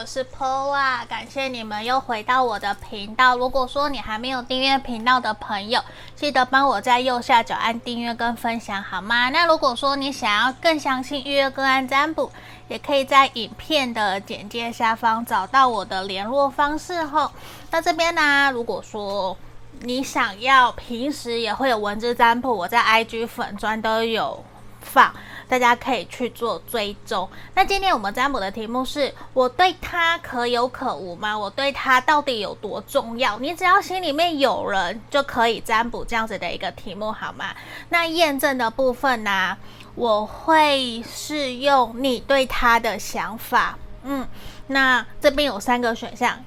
是 Paula， 感谢你们又回到我的频道。如果说你还没有订阅频道的朋友，记得帮我在右下角按订阅跟分享好吗？那如果说你想要更详细预约个案占卜，也可以在影片的简介下方找到我的联络方式后。那这边呢，如果说你想要平时也会有文字占卜，我在 IG 粉专都有放，大家可以去做追踪。那今天我们占卜的题目是：我对他可有可无吗？我对他到底有多重要？你只要心里面有人就可以占卜这样子的一个题目好吗？那验证的部分呢，我会是用你对他的想法。那这边有3个选项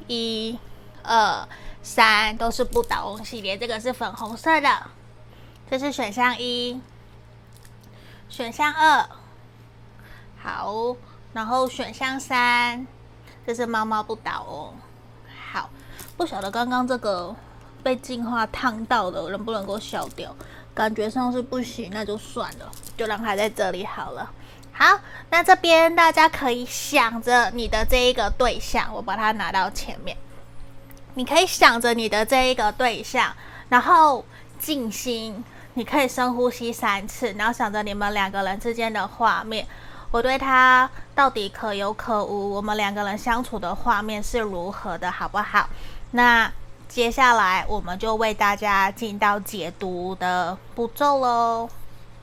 ，1、2、3都是不倒翁系列，这个是粉红色的，这是选项1。选项2，好，然后选项3，这是猫猫不倒哦。好，不晓得刚刚这个被净化烫到的能不能够消掉，感觉上是不行，那就算了，就让它在这里好了。好，那这边大家可以想着你的这一个对象，我把它拿到前面，你可以想着你的这一个对象，然后静心。你可以深呼吸3次，然后想着你们2个人之间的画面，我对他到底可有可无，我们2个人相处的画面是如何的，好不好？那接下来我们就为大家进到解读的步骤咯。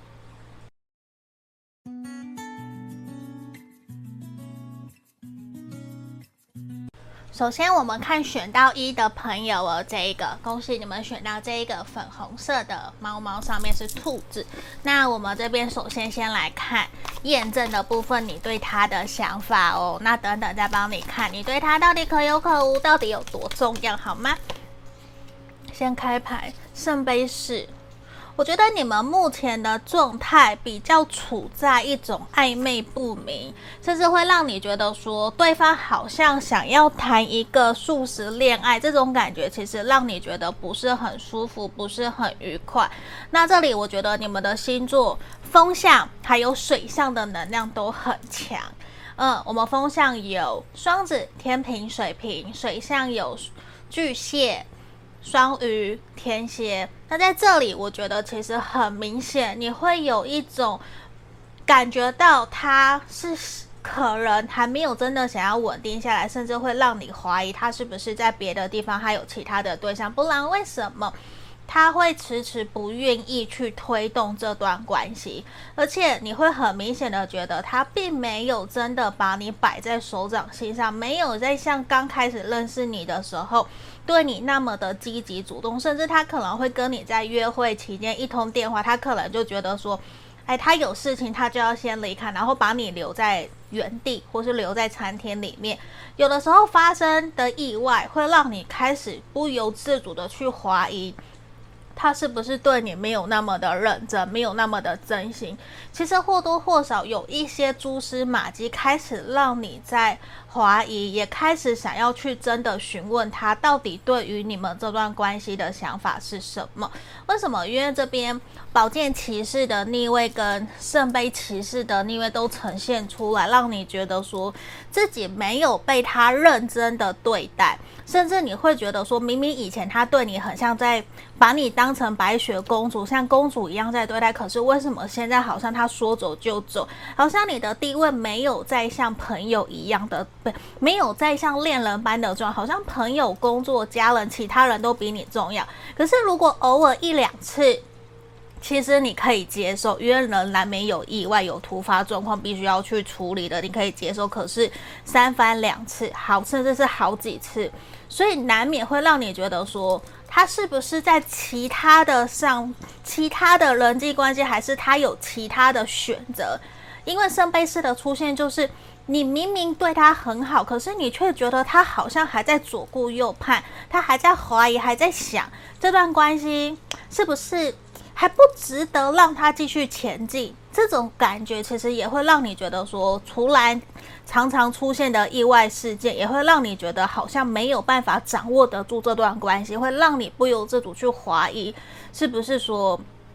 首先我们看选到1的朋友哦，这一个恭喜你们选到这一个粉红色的猫猫，上面是兔子。那我们这边首先先来看验证的部分，你对他的想法哦。那等等再帮你看你对他到底可有可无，到底有多重要好吗？先开牌圣杯4，我觉得你们目前的状态比较处在一种暧昧不明，甚至会让你觉得说对方好像想要谈一个速食恋爱，这种感觉其实让你觉得不是很舒服，不是很愉快。那这里我觉得你们的星座风象还有水象的能量都很强。我们风象有双子、天秤、水瓶，水象有巨蟹、双鱼、天蝎。那在这里我觉得其实很明显，你会有一种感觉到他是可能还没有真的想要稳定下来，甚至会让你怀疑他是不是在别的地方还有其他的对象，不然为什么他会迟迟不愿意去推动这段关系。而且你会很明显的觉得他并没有真的把你摆在手掌心上，没有在像刚开始认识你的时候对你那么的积极主动，甚至他可能会跟你在约会期间一通电话，他可能就觉得说他有事情他就要先离开，然后把你留在原地或是留在餐厅里面。有的时候发生的意外会让你开始不由自主的去怀疑他是不是对你没有那么的认真，没有那么的真心。其实或多或少有一些蛛丝马迹开始让你在怀疑，也开始想要去真的询问他到底对于你们这段关系的想法是什么。为什么？因为这边宝剑骑士的逆位跟圣杯骑士的逆位都呈现出来，让你觉得说自己没有被他认真的对待，甚至你会觉得说明明以前他对你很像在把你当成白雪公主，像公主一样在对待，可是为什么现在好像他说走就走，好像你的地位没有再像朋友一样的，没有再像恋人般的重要，好像朋友、工作、家人其他人都比你重要。可是如果偶尔1-2次其实你可以接受，因为人难免有意外，有突发状况必须要去处理的，你可以接受。可是3番2次，好，甚至是好几次，所以难免会让你觉得说他是不是在其他的人际关系，还是他有其他的选择。因为圣杯4的出现就是你明明对他很好，可是你却觉得他好像还在左顾右盼，他还在怀疑，还在想这段关系是不是还不值得让他继续前进。这种感觉其实也会让你觉得说，除来常常出现的意外事件，也会让你觉得好像没有办法掌握得住这段关系，会让你不由自主去怀疑是不是说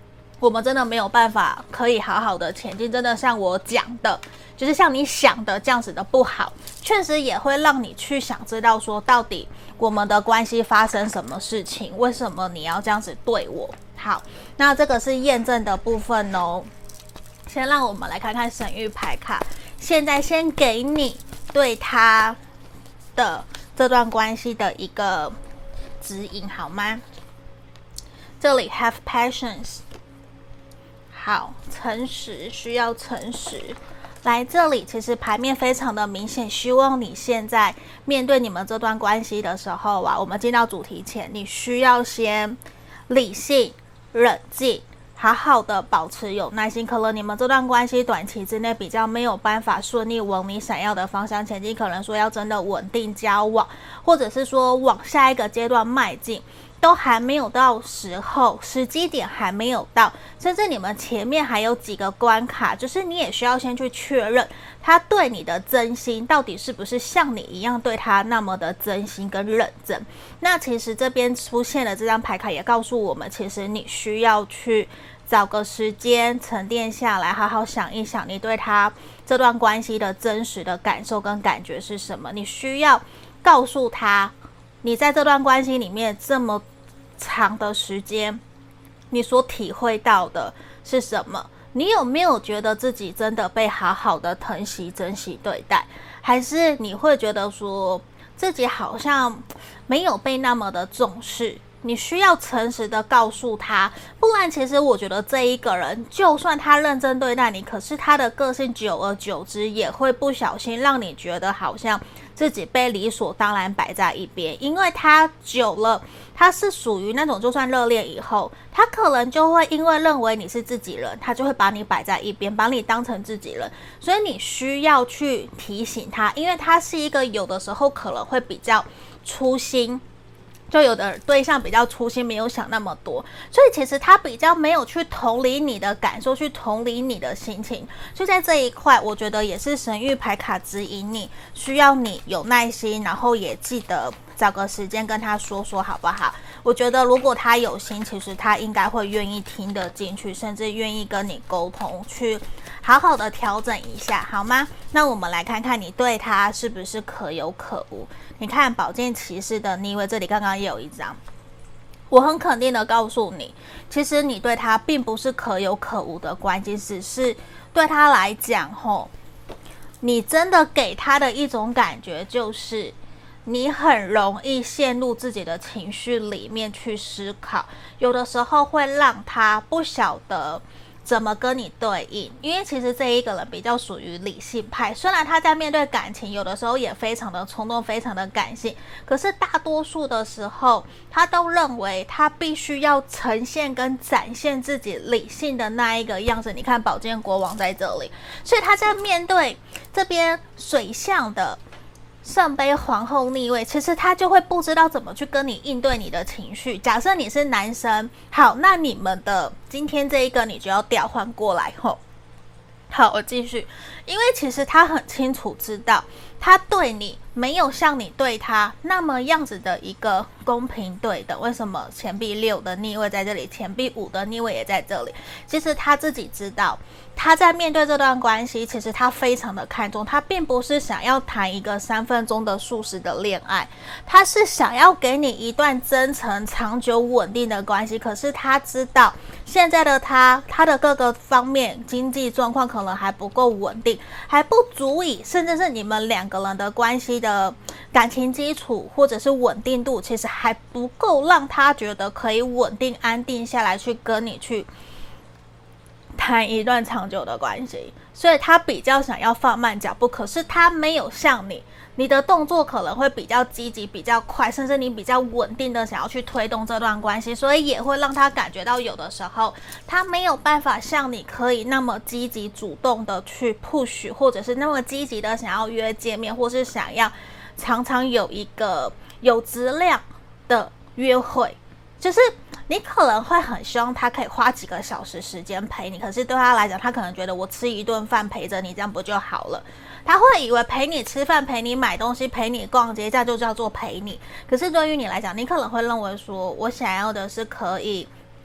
我们真的没有办法可以好好的前进，真的像我讲的，就是像你想的这样子的不好，确实也会让你去想知道说，到底我们的关系发生什么事情，为什么你要这样子对我？好，那这个是验证的部分哦。先让我们来看看神谕牌卡，现在先给你对他的这段关系的一个指引好吗？这里 have patience， 好，诚实，需要诚实。来这里其实牌面非常的明显，希望你现在面对你们这段关系的时候啊，我们进到主题前，你需要先理性冷静，好好的保持有耐心。可能你们这段关系短期之内比较没有办法顺利往你想要的方向前进，可能说要真的稳定交往，或者是说往下一个阶段迈进，都还没有到时候，时机点还没有到，甚至你们前面还有几个关卡，就是你也需要先去确认他对你的真心到底是不是像你一样对他那么的真心跟认真。那其实这边出现的这张牌卡也告诉我们，其实你需要去找个时间沉淀下来，好好想一想你对他这段关系的真实的感受跟感觉是什么。你需要告诉他，你在这段关系里面这么长的时间，你所体会到的是什么？你有没有觉得自己真的被好好的疼惜、珍惜对待？还是你会觉得说自己好像没有被那么的重视？你需要诚实的告诉他，不然其实我觉得这一个人，就算他认真对待你，可是他的个性久而久之也会不小心让你觉得好像自己被理所当然摆在一边，因为他久了，他是属于那种就算热恋以后，他可能就会因为认为你是自己人，他就会把你摆在一边，把你当成自己人，所以你需要去提醒他，因为他是一个有的时候可能会比较粗心，就有的对象比较粗心，没有想那么多，所以其实他比较没有去同理你的感受，去同理你的心情。就在这一块，我觉得也是神谕牌卡指引你，需要你有耐心，然后也记得找个时间跟他说说好不好？我觉得如果他有心，其实他应该会愿意听得进去，甚至愿意跟你沟通，去好好的调整一下，好吗？那我们来看看你对他是不是可有可无。你看宝剑骑士的逆位，这里刚刚也有一张，我很肯定的告诉你，其实你对他并不是可有可无的关系，只是对他来讲你真的给他的一种感觉就是你很容易陷入自己的情绪里面去思考，有的时候会让他不晓得怎么跟你对应，因为其实这一个人比较属于理性派，虽然他在面对感情有的时候也非常的冲动，非常的感性，可是大多数的时候他都认为他必须要呈现跟展现自己理性的那一个样子。你看宝剑国王在这里，所以他在面对这边水象的圣杯皇后逆位，其实他就会不知道怎么去跟你应对你的情绪。假设你是男生，好，那你们的今天这一个你就要调换过来好，我继续，因为其实他很清楚知道，他对你没有像你对他那么样子的一个公平对等。为什么钱币6的逆位在这里，钱币5的逆位也在这里？其实他自己知道，他在面对这段关系，其实他非常的看重，他并不是想要谈一个3分钟的速食的恋爱，他是想要给你一段真诚、长久、稳定的关系。可是他知道现在的他的各个方面经济状况可能还不够稳定，还不足以，甚至是你们两个人的关系的感情基础或者是稳定度，其实还不够让他觉得可以稳定安定下来，去跟你去谈一段长久的关系。所以他比较想要放慢脚步，可是他没有像你的动作可能会比较积极、比较快，甚至你比较稳定的想要去推动这段关系，所以也会让他感觉到有的时候他没有办法像你可以那么积极主动的去 push， 或者是那么积极的想要约见面，或是想要常常有一个有质量的约会。就是你可能会很希望他可以花几个小时时间陪你，可是对他来讲，他可能觉得我吃一顿饭陪着你，这样不就好了？他会以为陪你吃饭、陪你买东西、陪你逛街，这样就叫做陪你。可是对于你来讲，你可能会认为说，我想要的是可以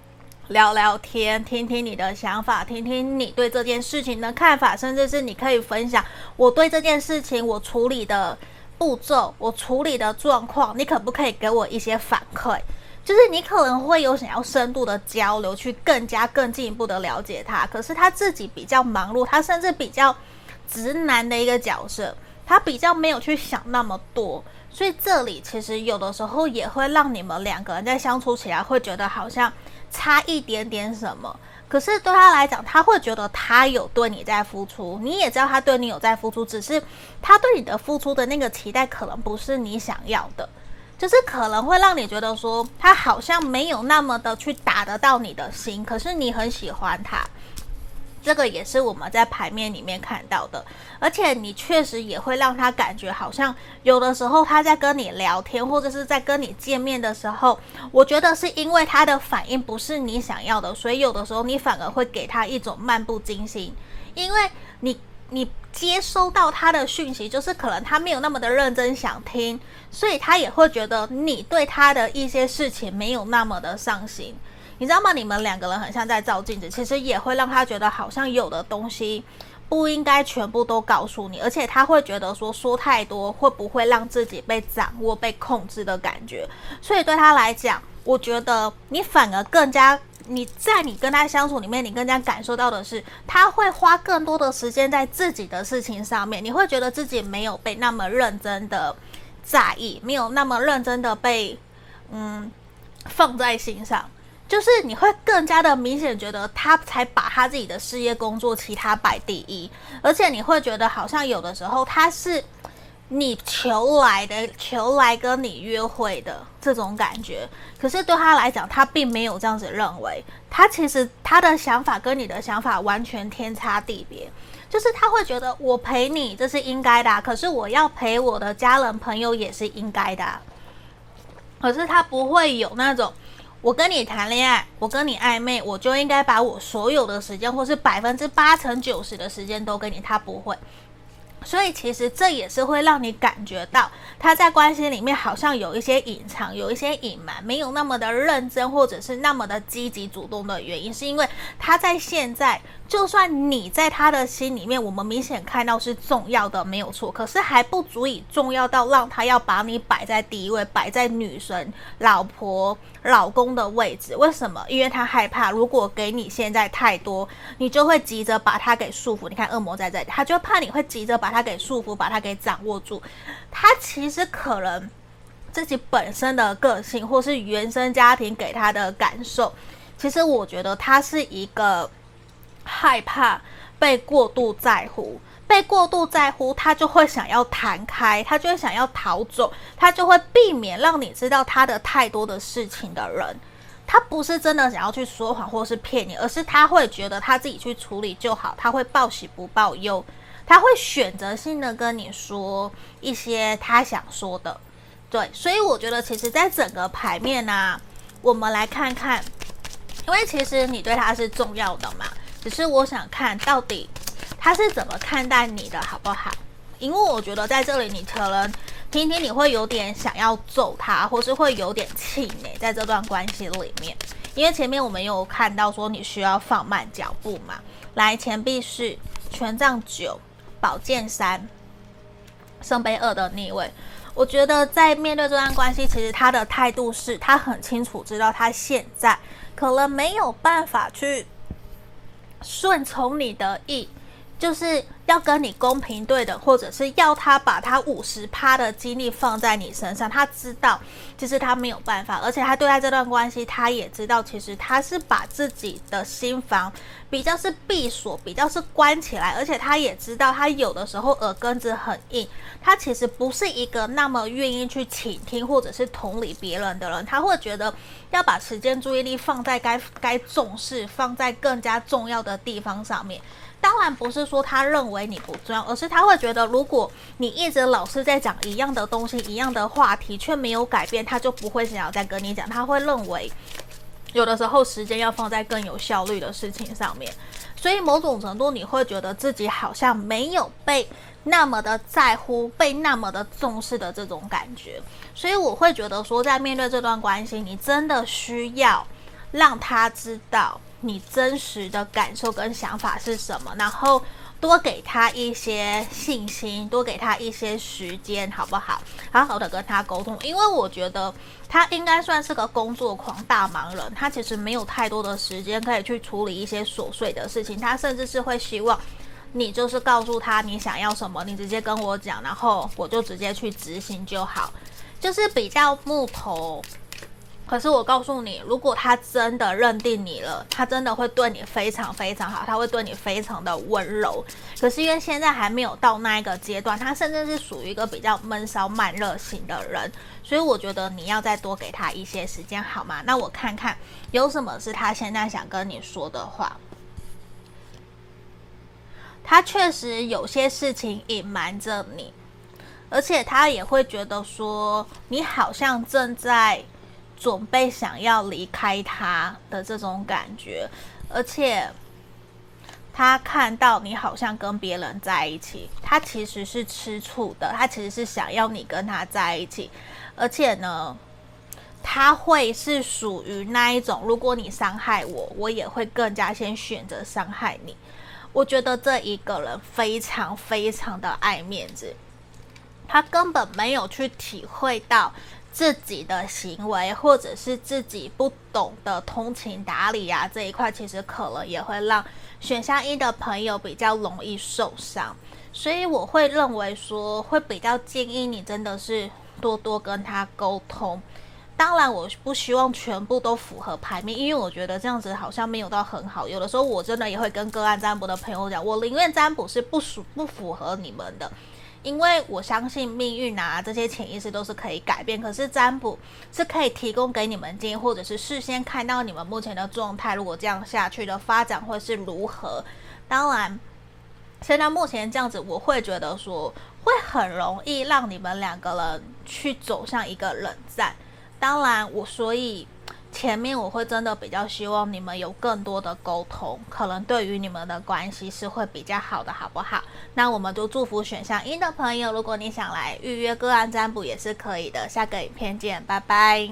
聊聊天，听听你的想法，听听你对这件事情的看法，甚至是你可以分享我对这件事情我处理的步骤，我处理的状况，你可不可以给我一些反馈？就是你可能会有想要深度的交流，去更进一步的了解他，可是他自己比较忙碌，他甚至比较直男的一个角色，他比较没有去想那么多，所以这里其实有的时候也会让你们两个人在相处起来会觉得好像差一点点什么，可是对他来讲，他会觉得他有对你在付出，你也知道他对你有在付出，只是他对你的付出的那个期待可能不是你想要的，就是可能会让你觉得说他好像没有那么的去打得到你的心，可是你很喜欢他，这个也是我们在牌面里面看到的，而且你确实也会让他感觉好像有的时候他在跟你聊天或者是在跟你见面的时候，我觉得是因为他的反应不是你想要的，所以有的时候你反而会给他一种漫不经心，因为你接收到他的讯息，就是可能他没有那么的认真想听，所以他也会觉得你对他的一些事情没有那么的上心。你知道吗？你们两个人很像在照镜子，其实也会让他觉得好像有的东西不应该全部都告诉你，而且他会觉得说太多会不会让自己被掌握、被控制的感觉。所以对他来讲，我觉得你反而更加，你在你跟他相处里面，你更加感受到的是，他会花更多的时间在自己的事情上面，你会觉得自己没有被那么认真的在意，没有那么认真的被放在心上。就是你会更加的明显觉得他才把他自己的事业工作其他摆第一，而且你会觉得好像有的时候他是你求来跟你约会的这种感觉，可是对他来讲他并没有这样子认为，他其实他的想法跟你的想法完全天差地别，就是他会觉得我陪你这是应该的可是我要陪我的家人朋友也是应该的可是他不会有那种我跟你谈恋爱，我跟你暧昧，我就应该把我所有的时间，或是80%、90%的时间都给你，他不会。所以其实这也是会让你感觉到他在关系里面好像有一些隐藏，有一些隐瞒，没有那么的认真或者是那么的积极主动的原因，是因为他在现在就算你在他的心里面，我们明显看到是重要的没有错，可是还不足以重要到让他要把你摆在第一位，摆在女神、老婆、老公的位置。为什么？因为他害怕如果给你现在太多，你就会急着把他给束缚。你看恶魔在这里，他就怕你会急着把他给束缚，把他给掌握住。他其实可能自己本身的个性或是原生家庭给他的感受，其实我觉得他是一个害怕被过度在乎，被过度在乎，他就会想要弹开，他就会想要逃走，他就会避免让你知道他的太多的事情的人。他不是真的想要去说谎或是骗你，而是他会觉得他自己去处理就好，他会报喜不报忧，他会选择性的跟你说一些他想说的。对，所以我觉得其实在整个牌面啊，我们来看看，因为其实你对他是重要的嘛，只是我想看到底他是怎么看待你的好不好，因为我觉得在这里你可能听听你会有点想要揍他，或是会有点气馁在这段关系里面，因为前面我们有看到说你需要放慢脚步嘛。来，钱币是权杖9、宝剑3、圣杯2的逆位。我觉得在面对这段关系，其实他的态度是他很清楚知道他现在可能没有办法去顺从你的意，就是要跟你公平对等，或者是要他把他50%的精力放在你身上。他知道其实他没有办法，而且他对待这段关系，他也知道其实他是把自己的心房比较是闭锁，比较是关起来，而且他也知道他有的时候耳根子很硬，他其实不是一个那么愿意去倾听或者是同理别人的人，他会觉得要把时间注意力放在该重视，放在更加重要的地方上面。当然不是说他认为你不重要，而是他会觉得如果你一直老是在讲一样的东西，一样的话题却没有改变，他就不会想要再跟你讲，他会认为有的时候时间要放在更有效率的事情上面。所以某种程度你会觉得自己好像没有被那么的在乎，被那么的重视的这种感觉。所以我会觉得说在面对这段关系，你真的需要让他知道你真实的感受跟想法是什么，然后多给他一些信心，多给他一些时间，好不好？好好的跟他沟通，因为我觉得他应该算是个工作狂大忙人，他其实没有太多的时间可以去处理一些琐碎的事情，他甚至是会希望你就是告诉他你想要什么，你直接跟我讲，然后我就直接去执行就好，就是比较木头。可是我告诉你，如果他真的认定你了，他真的会对你非常非常好，他会对你非常的温柔。可是因为现在还没有到那一个阶段，他甚至是属于一个比较闷骚慢热型的人，所以我觉得你要再多给他一些时间，好吗？那我看看有什么是他现在想跟你说的话。他确实有些事情隐瞒着你，而且他也会觉得说你好像正在准备想要离开他的这种感觉，而且他看到你好像跟别人在一起，他其实是吃醋的，他其实是想要你跟他在一起，而且呢，他会是属于那一种，如果你伤害我，我也会更加先选择伤害你。我觉得这一个人非常非常的爱面子，他根本没有去体会到自己的行为，或者是自己不懂得通情达理啊，这一块其实可能也会让选项一的朋友比较容易受伤，所以我会认为说会比较建议你真的是多多跟他沟通。当然我不希望全部都符合牌面，因为我觉得这样子好像没有到很好，有的时候我真的也会跟个案占卜的朋友讲，我宁愿占卜是不符合你们的，因为我相信命运啊，这些潜意识都是可以改变，可是占卜是可以提供给你们建议，或者是事先看到你们目前的状态，如果这样下去的发展会是如何。当然现在目前这样子，我会觉得说会很容易让你们两个人去走向一个冷战。当然所以前面我会真的比较希望你们有更多的沟通，可能对于你们的关系是会比较好的，好不好？那我们就祝福选项一的朋友，如果你想来预约个案占卜也是可以的。下个影片见，拜拜。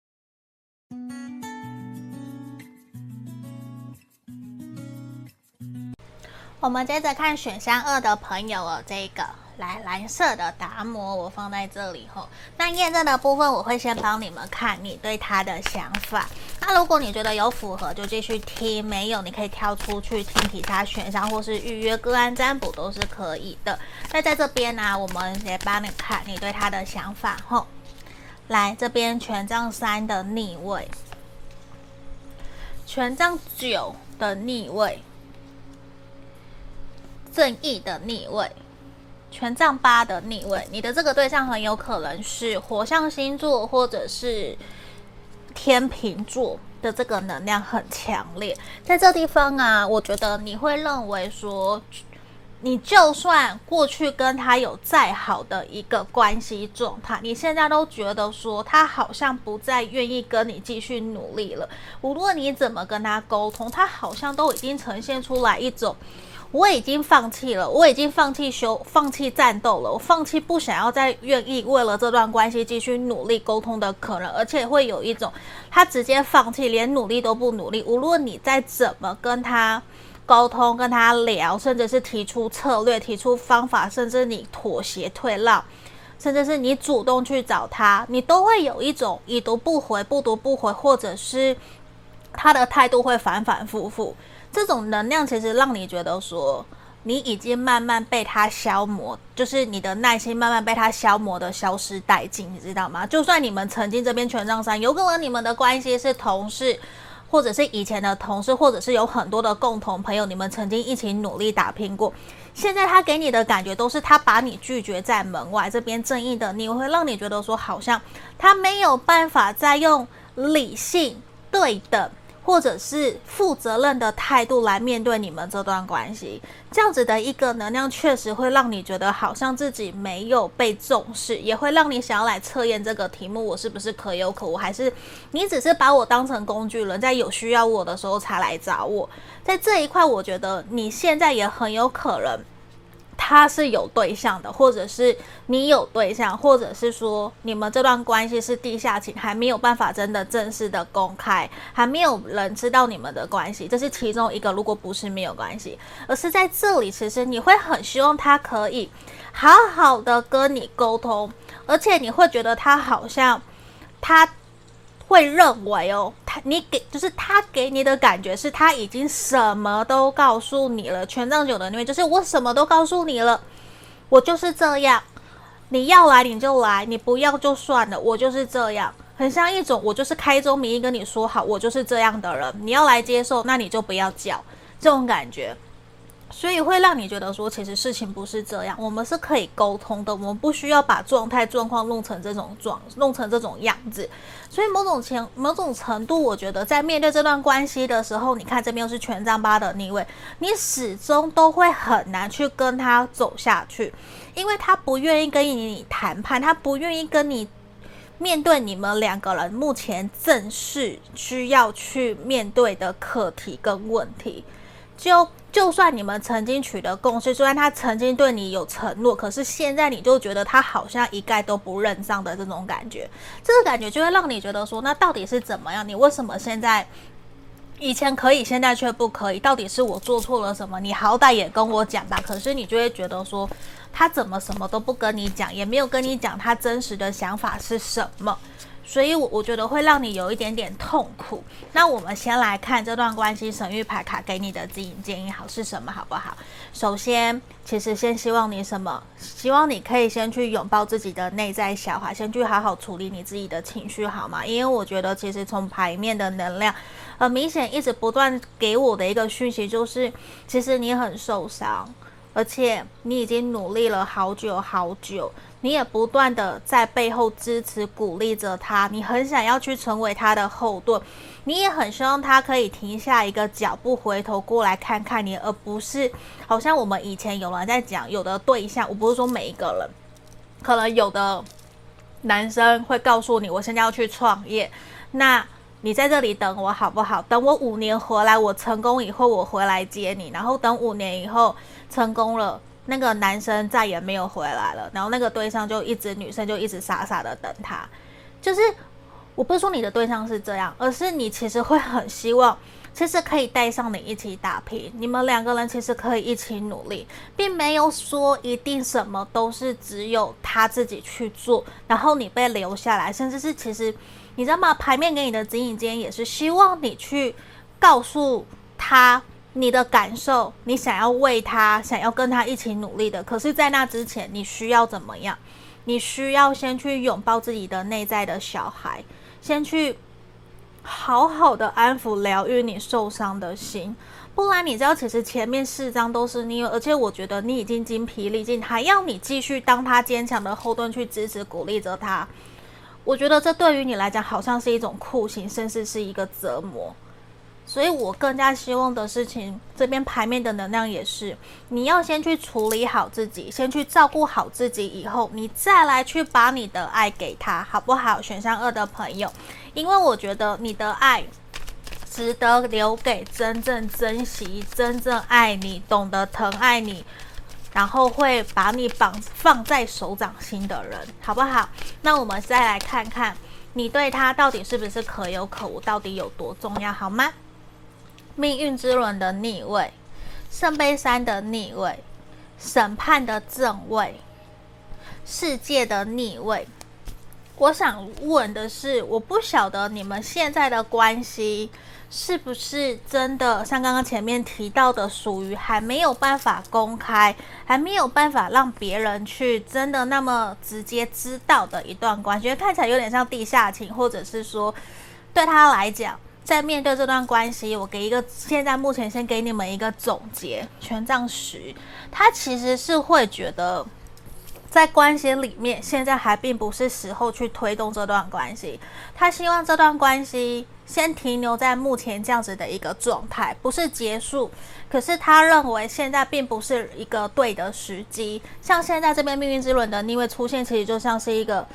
我们接着看选项二的朋友哦，这个来蓝色的达摩，我放在这里后，那验证的部分我会先帮你们看你对他的想法。那如果你觉得有符合就继续听，没有你可以跳出去听其他选项，或是预约个案占卜都是可以的。那在这边呢，我们也帮你看你对他的想法后，来这边权杖3的逆位，权杖9的逆位，正义的逆位，权杖8的逆位。你的这个对象很有可能是火象星座或者是天秤座的，这个能量很强烈。在这地方啊，我觉得你会认为说，你就算过去跟他有再好的一个关系状态，你现在都觉得说他好像不再愿意跟你继续努力了。无论你怎么跟他沟通，他好像都已经呈现出来一种我已经放弃了，我已经放弃战斗了，我放弃不想要再愿意为了这段关系继续努力沟通的可能，而且会有一种他直接放弃，连努力都不努力。无论你再怎么跟他沟通，跟他聊，甚至是提出策略，提出方法，甚至你妥协退让，甚至是你主动去找他，你都会有一种已读不回，不读不回，或者是他的态度会反反复复。这种能量其实让你觉得说你已经慢慢被他消磨，就是你的耐心慢慢被他消磨的消失殆尽，你知道吗？就算你们曾经这边权杖3，有可能你们的关系是同事，或者是以前的同事，或者是有很多的共同朋友，你们曾经一起努力打拼过，现在他给你的感觉都是他把你拒绝在门外。这边正义的你会让你觉得说好像他没有办法再用理性对等或者是负责任的态度来面对你们这段关系，这样子的一个能量确实会让你觉得好像自己没有被重视，也会让你想要来测验这个题目，我是不是可有可无，还是你只是把我当成工具人，在有需要我的时候才来找我。在这一块我觉得你现在也很有可能他是有对象的，或者是你有对象，或者是说你们这段关系是地下情，还没有办法真的正式的公开，还没有人知道你们的关系，这是其中一个。如果不是没有关系，而是在这里其实你会很希望他可以好好的跟你沟通，而且你会觉得他好像他会认为就是他给你的感觉是他已经什么都告诉你了。权杖九的逆位就是我什么都告诉你了，我就是这样，你要来你就来，你不要就算了，我就是这样。很像一种我就是开宗明义跟你说好，我就是这样的人，你要来接受，那你就不要叫，这种感觉。所以会让你觉得说其实事情不是这样，我们是可以沟通的，我们不需要把状况弄成这种样子。所以某种程度我觉得在面对这段关系的时候，你看这边又是权杖八的逆位，你始终都会很难去跟他走下去，因为他不愿意跟你谈判，他不愿意跟你面对你们两个人目前正式需要去面对的课题跟问题。就算你们曾经取得共识，就算他曾经对你有承诺，可是现在你就觉得他好像一概都不认账的这种感觉，这个感觉就会让你觉得说，那到底是怎么样？你为什么现在以前可以，现在却不可以？到底是我做错了什么？你好歹也跟我讲吧。可是你就会觉得说，他怎么什么都不跟你讲，也没有跟你讲他真实的想法是什么。所以我觉得会让你有一点点痛苦。那我们先来看这段关系神谕牌卡给你的指引建议好是什么，好不好？首先其实先希望你什么？希望你可以先去拥抱自己的内在小孩，先去好好处理你自己的情绪，好吗？因为我觉得其实从牌面的能量很明显一直不断给我的一个讯息就是其实你很受伤，而且你已经努力了好久，你也不断的在背后支持鼓励着他，你很想要去成为他的后盾，你也很希望他可以停下一个脚步回头过来看看你，而不是好像我们以前有人在讲有的对象，我不是说每一个人，可能有的男生会告诉你我现在要去创业，那你在这里等我好不好？等我5年回来，我成功以后我回来接你，然后等5年以后成功了，那个男生再也没有回来了，然后那个对象女生就一直傻傻的等他。就是我不是说你的对象是这样，而是你其实会很希望其实可以带上你一起打拼，你们两个人其实可以一起努力，并没有说一定什么都是只有他自己去做，然后你被留下来，甚至是其实你知道吗？牌面给你的指引间也是希望你去告诉他你的感受，你想要为他，想要跟他一起努力的。可是在那之前你需要怎么样？你需要先去拥抱自己的内在的小孩，先去好好的安抚疗愈你受伤的心，不然你知道其实前面4张都是逆位，而且我觉得你已经精疲力尽，还要你继续当他坚强的后盾去支持鼓励着他，我觉得这对于你来讲好像是一种酷刑，甚至是一个折磨。所以我更加希望的事情，这边牌面的能量也是你要先去处理好自己，先去照顾好自己，以后你再来去把你的爱给他，好不好？选项2的朋友，因为我觉得你的爱值得留给真正珍惜、真正爱你、懂得疼爱你，然后会把你放在手掌心的人，好不好？那我们再来看看你对他到底是不是可有可无，到底有多重要，好吗？命运之轮的逆位，圣杯3的逆位，审判的正位，世界的逆位。我想问的是，我不晓得你们现在的关系是不是真的像刚刚前面提到的，属于还没有办法公开，还没有办法让别人去真的那么直接知道的一段关系，看起来有点像地下情，或者是说对他来讲在面对这段关系，我现在目前先给你们一个总结。权杖10，他其实是会觉得在关系里面现在还并不是时候去推动这段关系，他希望这段关系先停留在目前这样子的一个状态，不是结束，可是他认为现在并不是一个对的时机。像现在这边命运之轮的逆位出现，其实就像是一个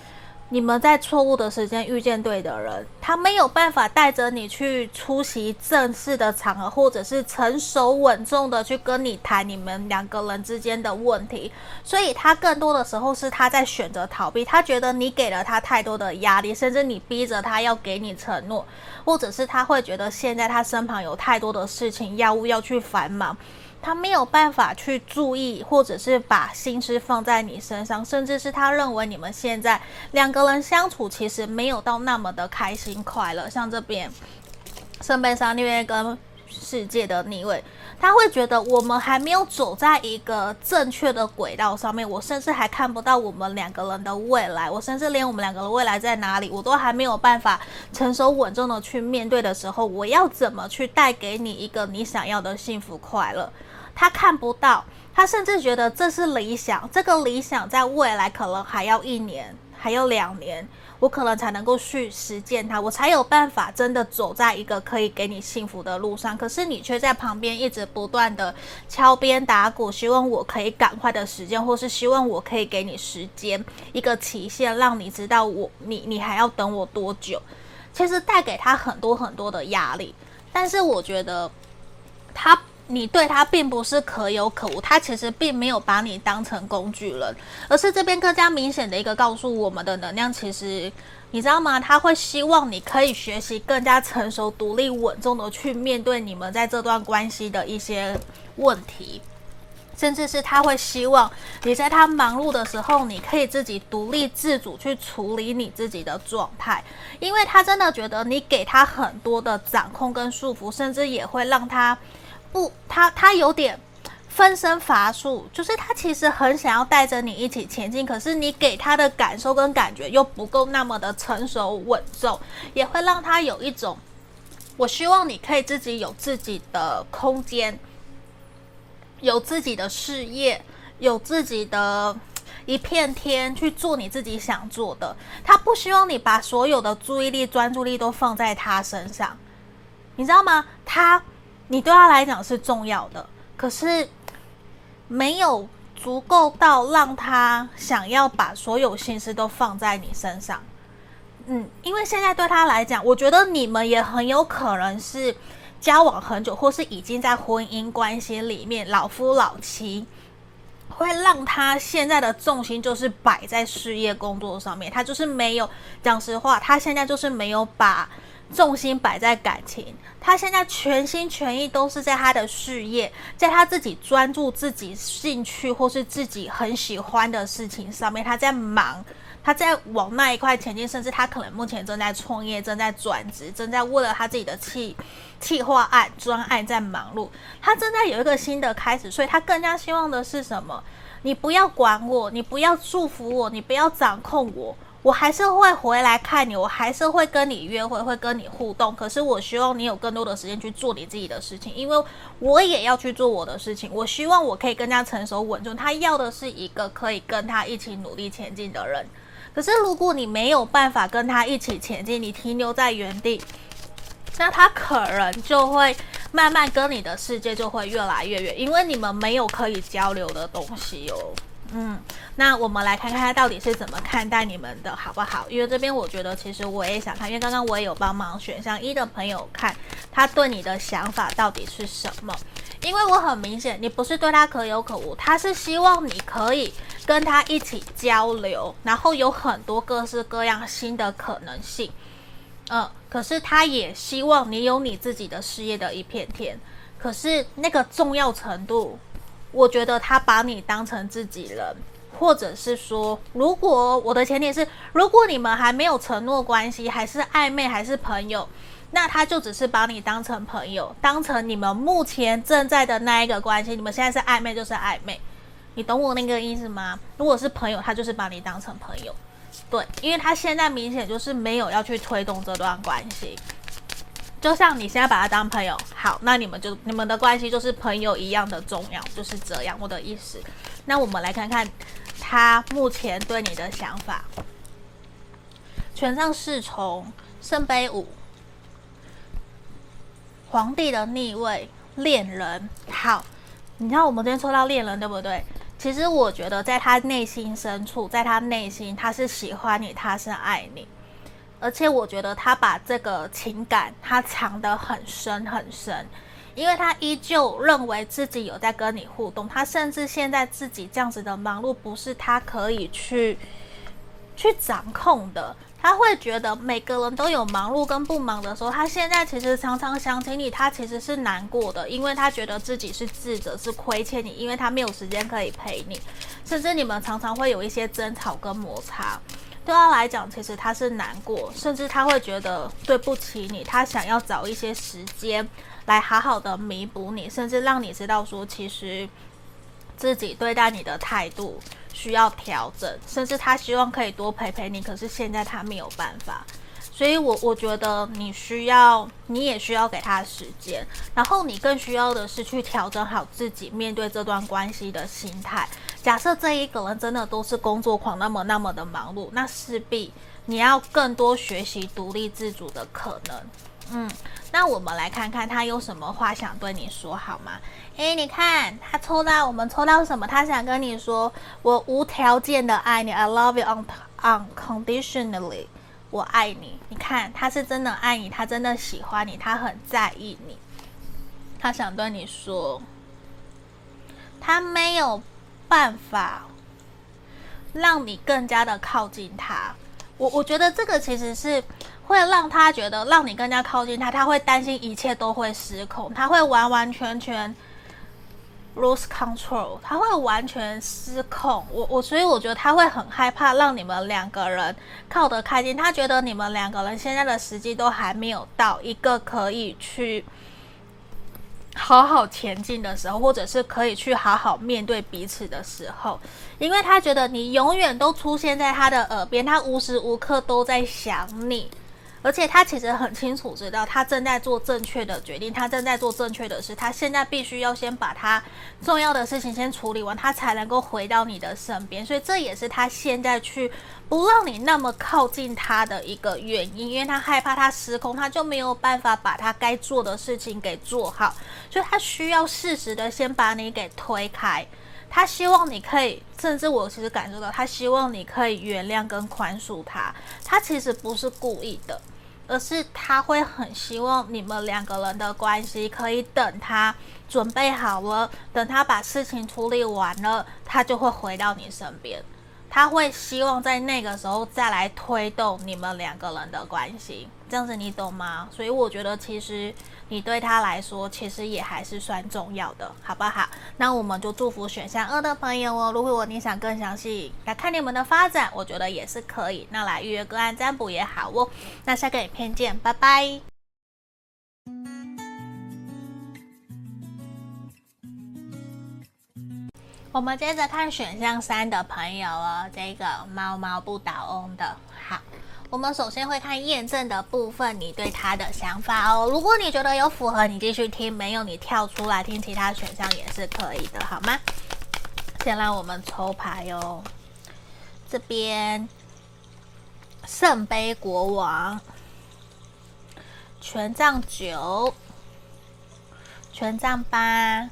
你们在错误的时间遇见对的人，他没有办法带着你去出席正式的场合，或者是成熟稳重的去跟你谈你们两个人之间的问题，所以他更多的时候是他在选择逃避，他觉得你给了他太多的压力，甚至你逼着他要给你承诺，或者是他会觉得现在他身旁有太多的事情要务要去繁忙，他没有办法去注意，或者是把心思放在你身上，甚至是他认为你们现在两个人相处其实没有到那么的开心快乐。像这边圣杯三逆位跟世界的逆位，他会觉得我们还没有走在一个正确的轨道上面，我甚至还看不到我们两个人的未来，我甚至连我们两个人的未来在哪里我都还没有办法成熟稳重的去面对的时候，我要怎么去带给你一个你想要的幸福快乐？他看不到，他甚至觉得这是理想，这个理想在未来可能还要1年，还有2年，我可能才能够去实践它，我才有办法真的走在一个可以给你幸福的路上。可是你却在旁边一直不断的敲边打鼓，希望我可以赶快的时间，或是希望我可以给你时间一个期限，让你知道你还要等我多久。其实带给他很多很多的压力，但是我觉得你对他并不是可有可无，他其实并没有把你当成工具人，而是这边更加明显的一个告诉我们的能量，其实你知道吗？他会希望你可以学习更加成熟、独立、稳重的去面对你们在这段关系的一些问题，甚至是他会希望你在他忙碌的时候，你可以自己独立自主去处理你自己的状态，因为他真的觉得你给他很多的掌控跟束缚，甚至也会让他他有点分身乏术，就是他其实很想要带着你一起前进，可是你给他的感受跟感觉又不够那么的成熟稳重，也会让他有一种我希望你可以自己有自己的空间，有自己的事业，有自己的一片天去做你自己想做的，他不希望你把所有的注意力专注力都放在他身上，你知道吗？你对他来讲是重要的，可是没有足够到让他想要把所有心思都放在你身上。因为现在对他来讲，我觉得你们也很有可能是交往很久，或是已经在婚姻关系里面老夫老妻，会让他现在的重心就是摆在事业工作上面，他就是没有，讲实话，他现在就是没有把重心摆在感情，他现在全心全意都是在他的事业，在他自己专注自己兴趣或是自己很喜欢的事情上面，他在忙，他在往那一块前进，甚至他可能目前正在创业，正在转职，正在为了他自己的企划案专案在忙碌，他正在有一个新的开始，所以他更加希望的是什么？你不要管我，你不要束缚我，你不要掌控我，我还是会回来看你，我还是会跟你约会，会跟你互动，可是我希望你有更多的时间去做你自己的事情，因为我也要去做我的事情，我希望我可以更加成熟稳重，他要的是一个可以跟他一起努力前进的人。可是如果你没有办法跟他一起前进，你停留在原地，那他可能就会慢慢跟你的世界就会越来越远，因为你们没有可以交流的东西哦。那我们来看看他到底是怎么看待你们的好不好？因为这边我觉得其实我也想看，因为刚刚我也有帮忙选项1的朋友看他对你的想法到底是什么。因为我很明显你不是对他可有可无，他是希望你可以跟他一起交流，然后有很多各式各样新的可能性。可是他也希望你有你自己的事业的一片天，可是那个重要程度，我觉得他把你当成自己人，或者是说，如果我的前提是，如果你们还没有承诺关系，还是暧昧，还是朋友，那他就只是把你当成朋友，当成你们目前正在的那一个关系，你们现在是暧昧就是暧昧，你懂我那个意思吗？如果是朋友，他就是把你当成朋友，对，因为他现在明显就是没有要去推动这段关系。就像你现在把他当朋友，好，那你们的关系就是朋友一样的重要，就是这样我的意思。那我们来看看他目前对你的想法。权杖侍从，圣杯5，皇帝的逆位，恋人。好，你看我们今天抽到恋人对不对？ 其实我觉得在他内心深处，在他内心他是喜欢你，他是爱你，而且我觉得他把这个情感他藏得很深很深，因为他依旧认为自己有在跟你互动，他甚至现在自己这样子的忙碌不是他可以去掌控的，他会觉得每个人都有忙碌跟不忙的时候，他现在其实常常想起你，他其实是难过的，因为他觉得自己是自责，是亏欠你，因为他没有时间可以陪你，甚至你们常常会有一些争吵跟摩擦。对他来讲，其实他是难过，甚至他会觉得对不起你，他想要找一些时间来好好的弥补你，甚至让你知道说，其实自己对待你的态度需要调整，甚至他希望可以多陪陪你，可是现在他没有办法。所以我觉得你也需要给他时间，然后你更需要的是去调整好自己面对这段关系的心态。假设这一个人真的都是工作狂，那么的忙碌，那势必你要更多学习独立自主的可能。那我们来看看他有什么话想对你说好吗？你看我们抽到什么？他想跟你说，我无条件的爱你 ，I love you unconditionally， 我爱你。你看，他是真的爱你，他真的喜欢你，他很在意你。他想对你说，他没有办法让你更加的靠近他。我觉得这个其实是会让他觉得，让你更加靠近他，他会担心一切都会失控，他会完完全全 lose control， 他会完全失控。所以我觉得他会很害怕让你们两个人靠得开近，他觉得你们两个人现在的时机都还没有到一个可以去好好前进的时候，或者是可以去好好面对彼此的时候，因为他觉得你永远都出现在他的耳边，他无时无刻都在想你，而且他其实很清楚知道他正在做正确的决定，他正在做正确的事，他现在必须要先把他重要的事情先处理完，他才能够回到你的身边，所以这也是他现在去不让你那么靠近他的一个原因，因为他害怕他失控，他就没有办法把他该做的事情给做好，所以他需要适时的先把你给推开，他希望你可以，甚至我其实感受到他希望你可以原谅跟宽恕他，他其实不是故意的，而是他会很希望你们两个人的关系可以等他准备好了，等他把事情处理完了，他就会回到你身边，他会希望在那个时候再来推动你们两个人的关系，这样子你懂吗？所以我觉得其实你对他来说其实也还是算重要的，好不好？那我们就祝福选项2的朋友哦。如果你想更详细来看你们的发展，我觉得也是可以，那来预约个案占卜也好哦。那下个影片见，拜拜。我们接着看选项3的朋友哦，这个猫猫不倒翁的。好，我们首先会看验证的部分，你对他的想法哦。如果你觉得有符合，你继续听；没有，你跳出来听其他选项也是可以的，好吗？先让我们抽牌哦。这边圣杯国王、权杖9、权杖8。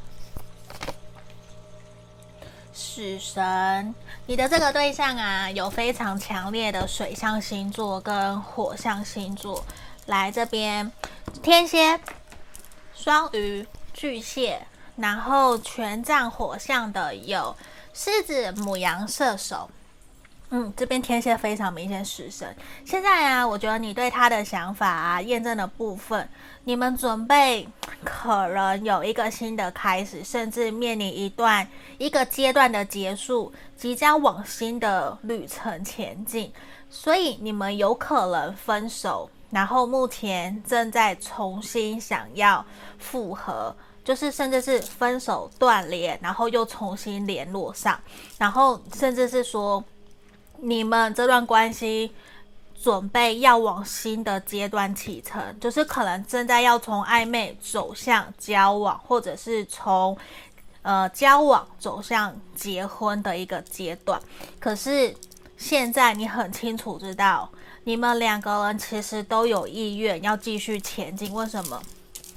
死神，你的这个对象啊，有非常强烈的水象星座跟火象星座。来这边，天蝎、双鱼、巨蟹，然后权杖火象的有狮子、牡羊、射手。这边天蝎非常明显死神。现在啊，我觉得你对他的想法啊，验证的部分，你们准备可能有一个新的开始，甚至面临一个阶段的结束，即将往新的旅程前进，所以你们有可能分手，然后目前正在重新想要复合。就是甚至是分手断联，然后又重新联络上，然后甚至是说你们这段关系准备要往新的阶段启程，就是可能正在要从暧昧走向交往，或者是从交往走向结婚的一个阶段。可是现在你很清楚知道，你们两个人其实都有意愿要继续前进。为什么？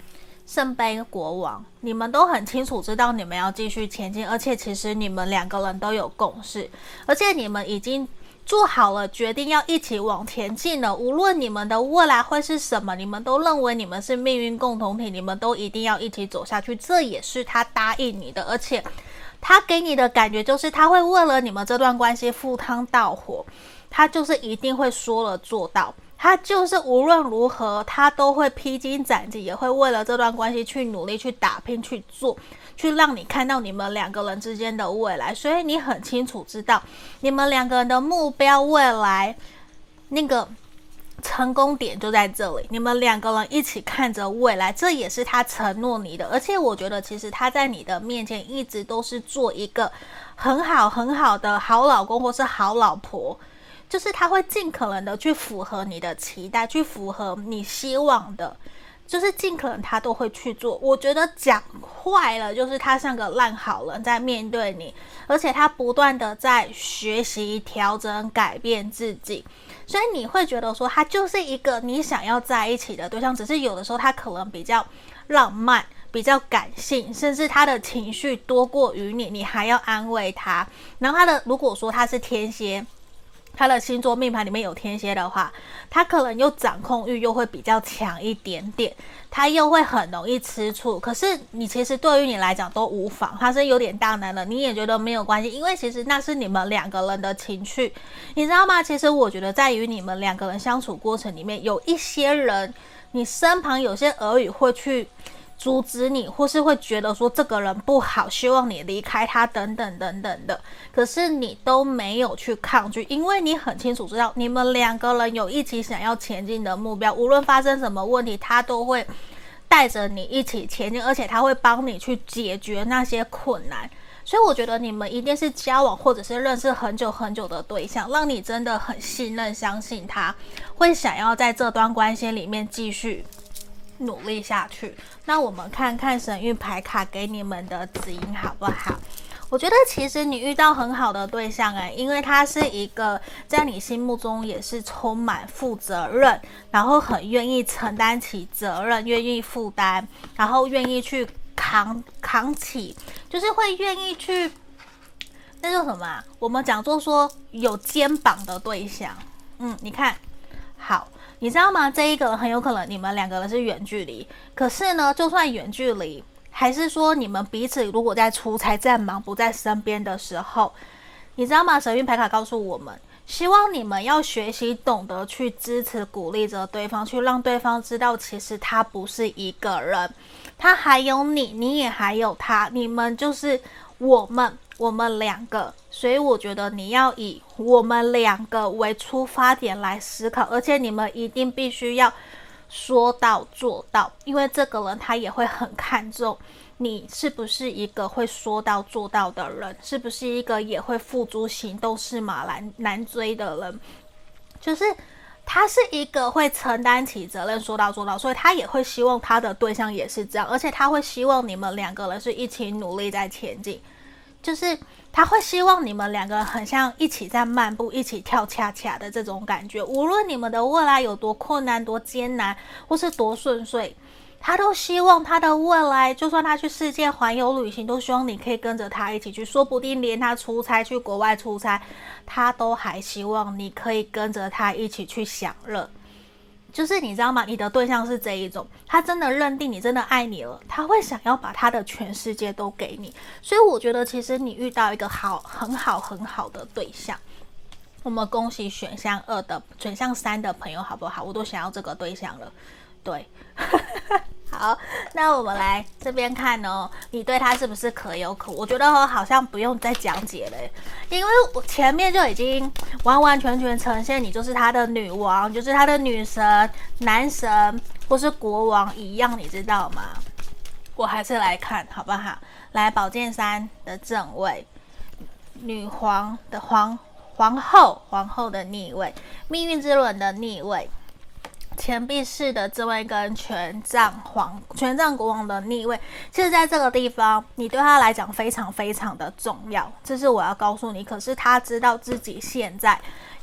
圣杯国王，你们都很清楚知道你们要继续前进，而且其实你们两个人都有共识，而且你们已经做好了决定要一起往前进了。无论你们的未来会是什么，你们都认为你们是命运共同体，你们都一定要一起走下去，这也是他答应你的。而且他给你的感觉就是他会为了你们这段关系赴汤蹈火，他就是一定会说了做到，他就是无论如何他都会披荆斩棘，也会为了这段关系去努力去打拼去做，去让你看到你们两个人之间的未来。所以你很清楚知道你们两个人的目标未来那个成功点就在这里，你们两个人一起看着未来，这也是他承诺你的。而且我觉得其实他在你的面前一直都是做一个很好很好的好老公或是好老婆，就是他会尽可能的去符合你的期待，去符合你希望的，就是尽可能他都会去做。我觉得讲坏了就是他像个烂好人在面对你，而且他不断的在学习调整改变自己，所以你会觉得说他就是一个你想要在一起的对象，只是有的时候他可能比较浪漫比较感性，甚至他的情绪多过于你，你还要安慰他。然后如果说他是天蝎，他的星座命盘里面有天蝎的话，他可能又掌控欲又会比较强一点点，他又会很容易吃醋。可是你其实对于你来讲都无妨，他是有点大男人，你也觉得没有关系，因为其实那是你们两个人的情绪，你知道吗？其实我觉得在于你们两个人相处过程里面，有一些人，你身旁有些耳语会去阻止你，或是会觉得说这个人不好，希望你离开他等等等等的，可是你都没有去抗拒，因为你很清楚知道你们两个人有一起想要前进的目标，无论发生什么问题他都会带着你一起前进，而且他会帮你去解决那些困难。所以我觉得你们一定是交往或者是认识很久很久的对象，让你真的很信任相信他会想要在这段关系里面继续努力下去。那我们看看神谕牌卡给你们的指引好不好？我觉得其实你遇到很好的对象因为他是一个在你心目中也是充满负责任，然后很愿意承担起责任，愿意负担，然后愿意去扛起，就是会愿意去那叫什么我们讲做说有肩膀的对象。你看好，你知道吗？这一个很有可能你们两个人是远距离，可是呢，就算远距离，还是说你们彼此如果在出差、在忙不在身边的时候，你知道吗？神谕牌卡告诉我们，希望你们要学习懂得去支持、鼓励着对方，去让对方知道，其实他不是一个人，他还有你，你也还有他，你们就是我们两个。所以我觉得你要以我们两个为出发点来思考，而且你们一定必须要说到做到，因为这个人他也会很看重你是不是一个会说到做到的人，是不是一个也会付诸行动是马难追的人，就是他是一个会承担起责任说到做到，所以他也会希望他的对象也是这样，而且他会希望你们两个人是一起努力在前进，就是他会希望你们两个人很像一起在漫步，一起跳恰恰的这种感觉，无论你们的未来有多困难多艰难或是多顺遂，他都希望他的未来，就算他去世界环游旅行，都希望你可以跟着他一起去，说不定连他出差去国外出差，他都还希望你可以跟着他一起去享乐。就是你知道吗？你的对象是这一种，他真的认定你，真的爱你了，他会想要把他的全世界都给你。所以我觉得其实你遇到一个很好的对象。我们恭喜选项3的朋友好不好？我都想要这个对象了。对好，那我们来这边看哦，你对他是不是可有可无？我觉得好像不用再讲解了，因为我前面就已经完完全全呈现你就是他的女王，就是他的女神、男神或是国王一样，你知道吗？我还是来看好不好？来，宝剑3的正位，女皇的皇后的逆位，命运之轮的逆位，钱币4的这位跟权杖国王的逆位。其实在这个地方你对他来讲非常非常的重要，这是我要告诉你。可是他知道自己现在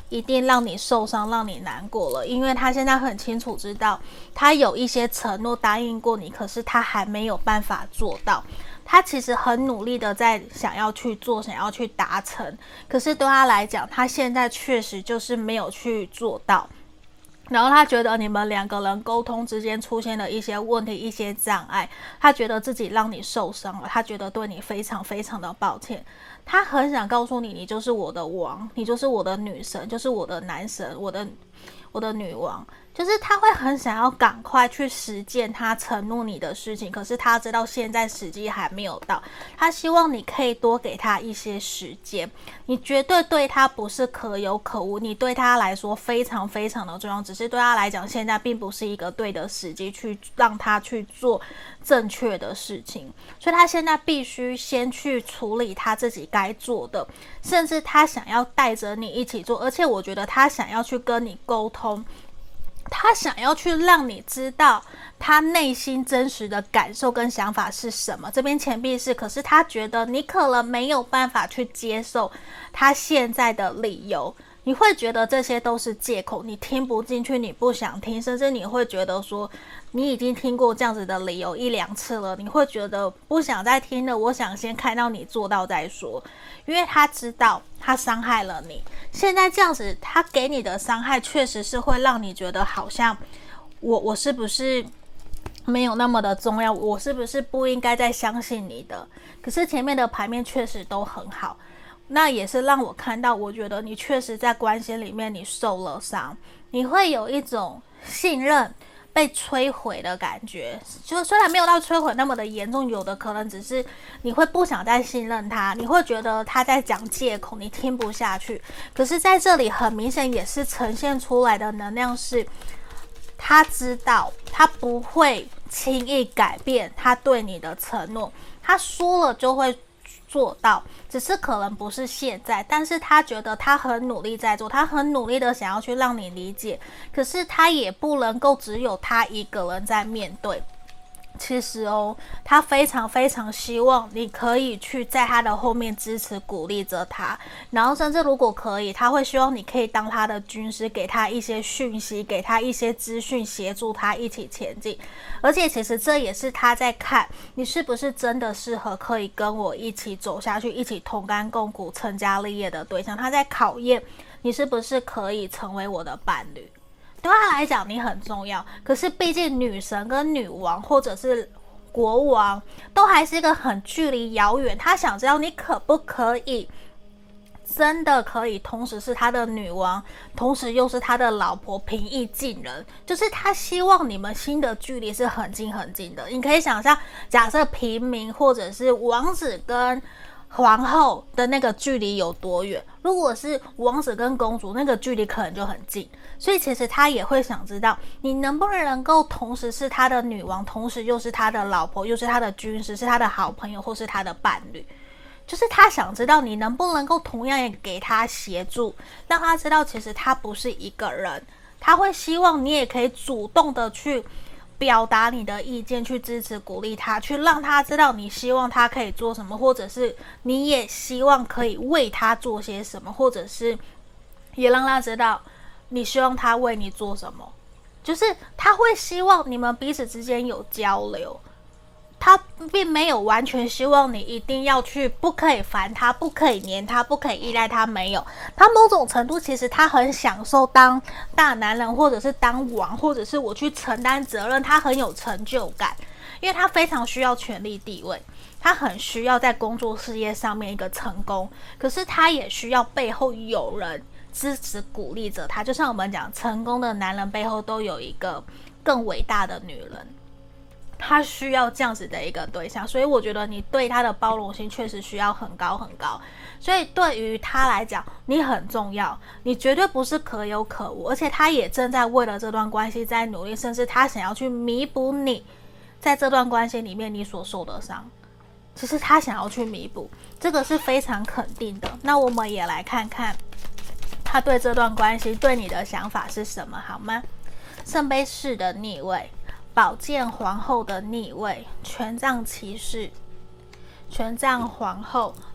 一定让你受伤，让你难过了，因为他现在很清楚知道，他有一些承诺答应过你，可是他还没有办法做到。他其实很努力的在想要去做，想要去达成，可是对他来讲，他现在确实就是没有去做到。然后他觉得你们两个人沟通之间出现了一些问题，一些障碍，他觉得自己让你受伤了，他觉得对你非常非常的抱歉，他很想告诉你，你就是我的王，你就是我的女神，就是我的男神，我的女王，就是他会很想要赶快去实践他承诺你的事情，可是他知道现在时机还没有到，他希望你可以多给他一些时间，你绝对对他不是可有可无，你对他来说非常非常的重要，只是对他来讲现在并不是一个对的时机去让他去做正确的事情，所以他现在必须先去处理他自己该做的，甚至他想要带着你一起做，而且我觉得他想要去跟你沟通，他想要去让你知道他内心真实的感受跟想法是什么。这边钱币是，可是他觉得你可能没有办法去接受他现在的理由，你会觉得这些都是借口，你听不进去，你不想听，甚至你会觉得说你已经听过这样子的理由一两次了，你会觉得不想再听了，我想先看到你做到再说，因为他知道他伤害了你，现在这样子他给你的伤害确实是会让你觉得好像我是不是没有那么的重要，我是不是不应该再相信你的，可是前面的牌面确实都很好，那也是让我看到，我觉得你确实在关系里面你受了伤，你会有一种信任被摧毁的感觉，就虽然没有到摧毁那么的严重，有的可能只是你会不想再信任他，你会觉得他在讲借口，你听不下去，可是在这里很明显也是呈现出来的能量是他知道他不会轻易改变他对你的承诺，他说了就会做到，只是可能不是现在，但是他觉得他很努力在做，他很努力的想要去让你理解，可是他也不能够只有他一个人在面对。其实他非常非常希望你可以去在他的后面支持鼓励着他，然后甚至如果可以，他会希望你可以当他的军师，给他一些讯息，给他一些资讯，协助他一起前进。而且其实这也是他在看你是不是真的适合可以跟我一起走下去，一起同甘共苦成家立业的对象，他在考验你是不是可以成为我的伴侣。对他来讲你很重要，可是毕竟女神跟女王或者是国王都还是一个很距离遥远，他想知道你可不可以真的可以同时是他的女王，同时又是他的老婆，平易近人，就是他希望你们心的距离是很近很近的。你可以想象，假设平民或者是王子跟皇后的那个距离有多远，如果是王子跟公主，那个距离可能就很近，所以其实他也会想知道你能不能够同时是他的女王，同时又是他的老婆，又是他的军师，是他的好朋友，或是他的伴侣，就是他想知道你能不能够同样也给他协助，让他知道其实他不是一个人，他会希望你也可以主动的去表达你的意见，去支持鼓励他，去让他知道你希望他可以做什么，或者是你也希望可以为他做些什么，或者是也让他知道你希望他为你做什么，就是他会希望你们彼此之间有交流，他并没有完全希望你一定要去不可以烦他，不可以黏他，不可以依赖他，没有，他某种程度其实他很享受当大男人，或者是当王，或者是我去承担责任，他很有成就感，因为他非常需要权力地位，他很需要在工作事业上面一个成功，可是他也需要背后有人支持鼓励着他，就像我们讲成功的男人背后都有一个更伟大的女人，他需要这样子的一个对象，所以我觉得你对他的包容性确实需要很高很高，所以对于他来讲你很重要，你绝对不是可有可无，而且他也正在为了这段关系在努力，甚至他想要去弥补你在这段关系里面你所受的伤，其实他想要去弥补，这个是非常肯定的。那我们也来看看他对这段关系对你的想法是什么好吗？圣杯四的逆位，宝剑皇后的逆位，权杖骑士，权杖皇后，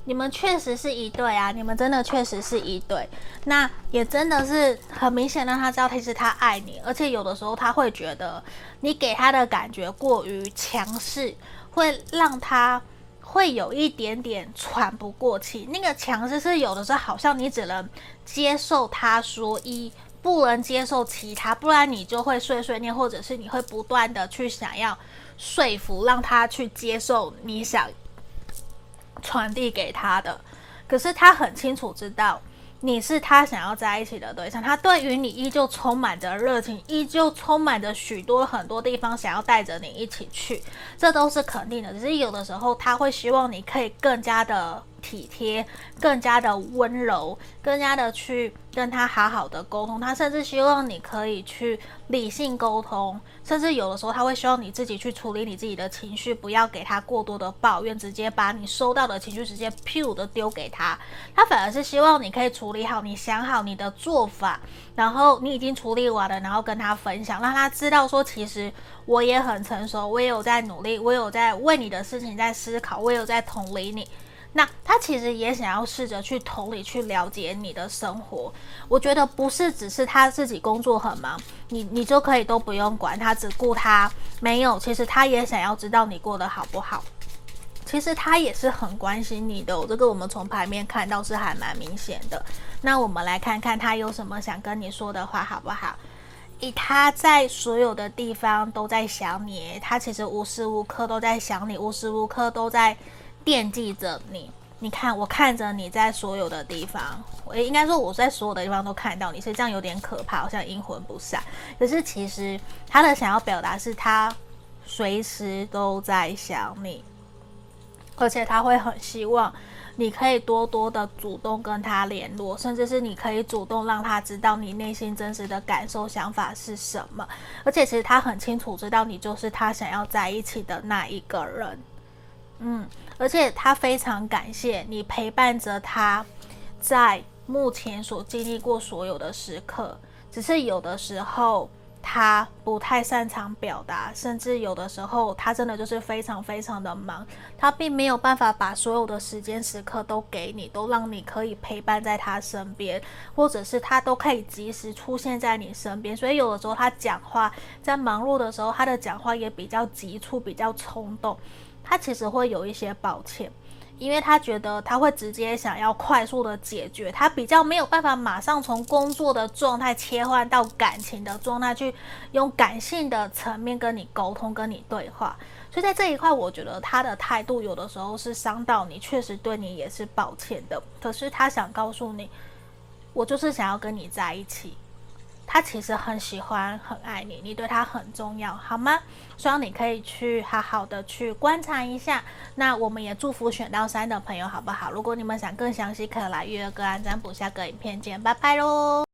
你们确实是一对啊，你们真的确实是一对，那也真的是很明显让他知道其实他爱你，而且有的时候他会觉得你给他的感觉过于强势，会让他会有一点点喘不过气。那个强势是有的时候好像你只能接受他说一，不能接受其他，不然你就会碎碎念，或者是你会不断的去想要说服让他去接受你想传递给他的。可是他很清楚知道你是他想要在一起的对象，他对于你依旧充满着热情，依旧充满着许多很多地方想要带着你一起去，这都是肯定的。只是有的时候他会希望你可以更加的体贴，更加的温柔，更加的去跟他好好的沟通，他甚至希望你可以去理性沟通，甚至有的时候他会希望你自己去处理你自己的情绪，不要给他过多的抱怨，直接把你收到的情绪直接噗的丢给他，他反而是希望你可以处理好，你想好你的做法，然后你已经处理完了，然后跟他分享，让他知道说其实我也很成熟，我也有在努力，我有在为你的事情在思考，我有在同理你。那他其实也想要试着去同理，去了解你的生活。我觉得不是只是他自己工作很忙，你就可以都不用管他，只顾他。没有，其实他也想要知道你过得好不好。其实他也是很关心你的，这个我们从牌面看到是还蛮明显的。那我们来看看他有什么想跟你说的话，好不好？他在所有的地方都在想你，他其实无时无刻都在想你，无时无刻都在惦记着你。你看，我看着你在所有的地方，应该说我在所有的地方都看到你，是这样有点可怕，好像阴魂不散。可是其实他的想要表达是他随时都在想你，而且他会很希望你可以多多的主动跟他联络，甚至是你可以主动让他知道你内心真实的感受想法是什么。而且其实他很清楚知道你就是他想要在一起的那一个人。而且他非常感谢你陪伴着他在目前所经历过所有的时刻，只是有的时候他不太擅长表达，甚至有的时候他真的就是非常非常的忙，他并没有办法把所有的时间时刻都给你，都让你可以陪伴在他身边，或者是他都可以及时出现在你身边。所以有的时候他讲话在忙碌的时候，他的讲话也比较急促，比较冲动，他其实会有一些抱歉，因为他觉得他会直接想要快速的解决，他比较没有办法马上从工作的状态切换到感情的状态，去用感性的层面跟你沟通，跟你对话。所以在这一块，我觉得他的态度有的时候是伤到你，确实对你也是抱歉的。可是他想告诉你，我就是想要跟你在一起。他其实很喜欢很爱你，你对他很重要，好吗？希望你可以去好好的去观察一下。那我们也祝福选到3的朋友，好不好？如果你们想更详细，可以来预约个案占卜，下个影片见，拜拜咯。